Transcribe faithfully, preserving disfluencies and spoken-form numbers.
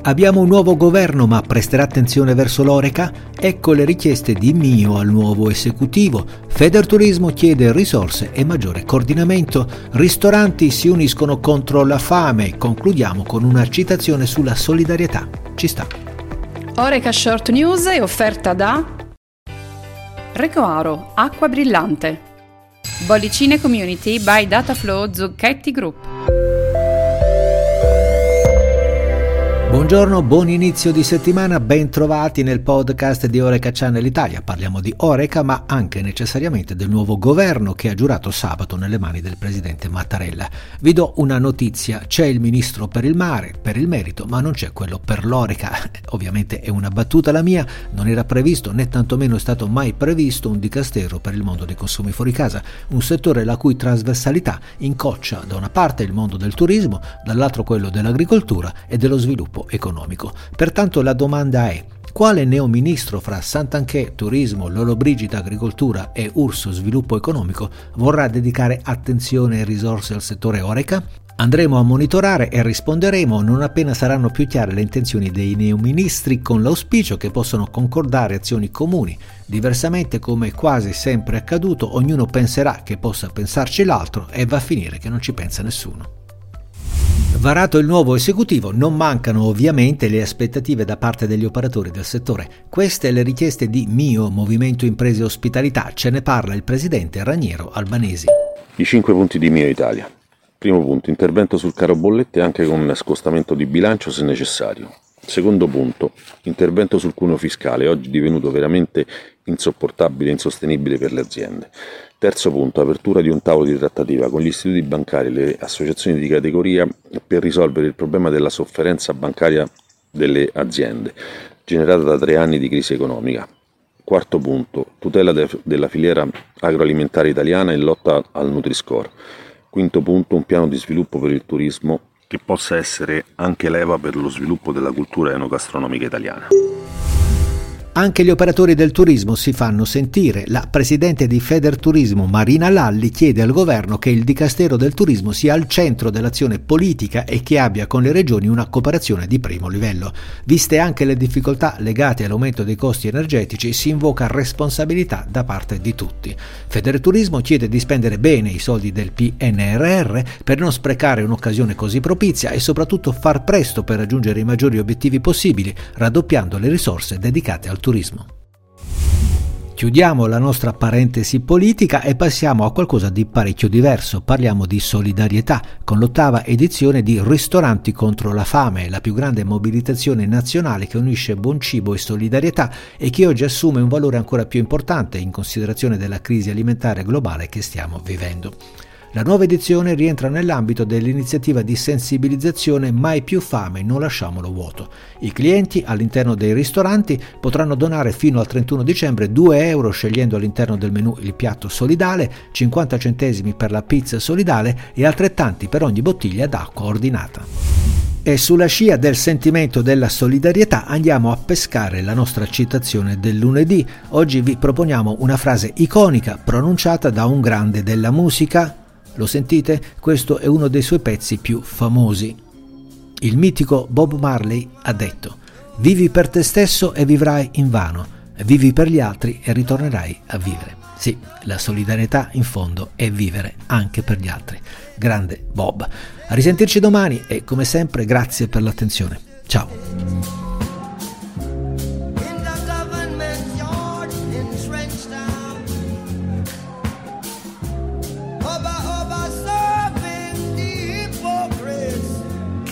Abbiamo un nuovo governo, ma presterà attenzione verso l'Horeca? Ecco le richieste di Mio al nuovo esecutivo. Federturismo chiede risorse e maggiore coordinamento. Ristoranti si uniscono contro la fame. Concludiamo con una citazione sulla solidarietà. Ci sta. Horeca Short News è offerta da Recoaro, acqua brillante. Bollicine Community by Dataflow Zucchetti Group. Buongiorno, buon inizio di settimana, ben trovati nel podcast di Horeca Channel Italia. Parliamo di Horeca, ma anche necessariamente del nuovo governo che ha giurato sabato nelle mani del presidente Mattarella. Vi do una notizia: c'è il ministro per il mare, per il merito, ma non c'è quello per l'Horeca. Ovviamente è una battuta la mia, non era previsto né tantomeno è stato mai previsto un dicastero per il mondo dei consumi fuori casa, un settore la cui trasversalità incoccia da una parte il mondo del turismo, dall'altro quello dell'agricoltura e dello sviluppo economico. Pertanto la domanda è: quale neoministro fra Santanchè, turismo, Lollobrigida, agricoltura e Urso, sviluppo economico, vorrà dedicare attenzione e risorse al settore Horeca? Andremo a monitorare e risponderemo non appena saranno più chiare le intenzioni dei neoministri, con l'auspicio che possano concordare azioni comuni. Diversamente, come quasi sempre accaduto, ognuno penserà che possa pensarci l'altro e va a finire che non ci pensa nessuno. Varato il nuovo esecutivo, non mancano ovviamente le aspettative da parte degli operatori del settore. Queste le richieste di Mio, Movimento Imprese Ospitalità. Ce ne parla il presidente Raniero Albanesi. I cinque punti di Mio Italia. Primo punto: intervento sul caro bollette anche con scostamento di bilancio se necessario. Secondo punto: intervento sul cuneo fiscale, oggi divenuto veramente insopportabile e insostenibile per le aziende. Terzo punto: apertura di un tavolo di trattativa con gli istituti bancari e le associazioni di categoria per risolvere il problema della sofferenza bancaria delle aziende, generata da tre anni di crisi economica. Quarto punto: tutela de- della filiera agroalimentare italiana e lotta al Nutri-Score. Quinto punto: un piano di sviluppo per il turismo che possa essere anche leva per lo sviluppo della cultura enogastronomica italiana. Anche gli operatori del turismo si fanno sentire. La presidente di Federturismo, Marina Lalli, chiede al governo che il Dicastero del Turismo sia al centro dell'azione politica e che abbia con le regioni una cooperazione di primo livello. Viste anche le difficoltà legate all'aumento dei costi energetici, si invoca responsabilità da parte di tutti. Federturismo chiede di spendere bene i soldi del P N R R per non sprecare un'occasione così propizia e soprattutto far presto per raggiungere i maggiori obiettivi possibili, raddoppiando le risorse dedicate al turismo. Chiudiamo la nostra parentesi politica e passiamo a qualcosa di parecchio diverso. Parliamo di solidarietà, con l'ottava edizione di Ristoranti contro la fame, la più grande mobilitazione nazionale che unisce buon cibo e solidarietà e che oggi assume un valore ancora più importante in considerazione della crisi alimentare globale che stiamo vivendo. La nuova edizione rientra nell'ambito dell'iniziativa di sensibilizzazione Mai più fame, non lasciamolo vuoto. I clienti all'interno dei ristoranti potranno donare fino al trentuno dicembre due euro scegliendo all'interno del menù il piatto solidale, cinquanta centesimi per la pizza solidale e altrettanti per ogni bottiglia d'acqua ordinata. E sulla scia del sentimento della solidarietà andiamo a pescare la nostra citazione del lunedì. Oggi vi proponiamo una frase iconica pronunciata da un grande della musica. Lo sentite? Questo è uno dei suoi pezzi più famosi. Il mitico Bob Marley ha detto: vivi per te stesso e vivrai invano, vivi per gli altri e ritornerai a vivere. Sì, la solidarietà in fondo è vivere anche per gli altri. Grande Bob. A risentirci domani e come sempre grazie per l'attenzione. Ciao.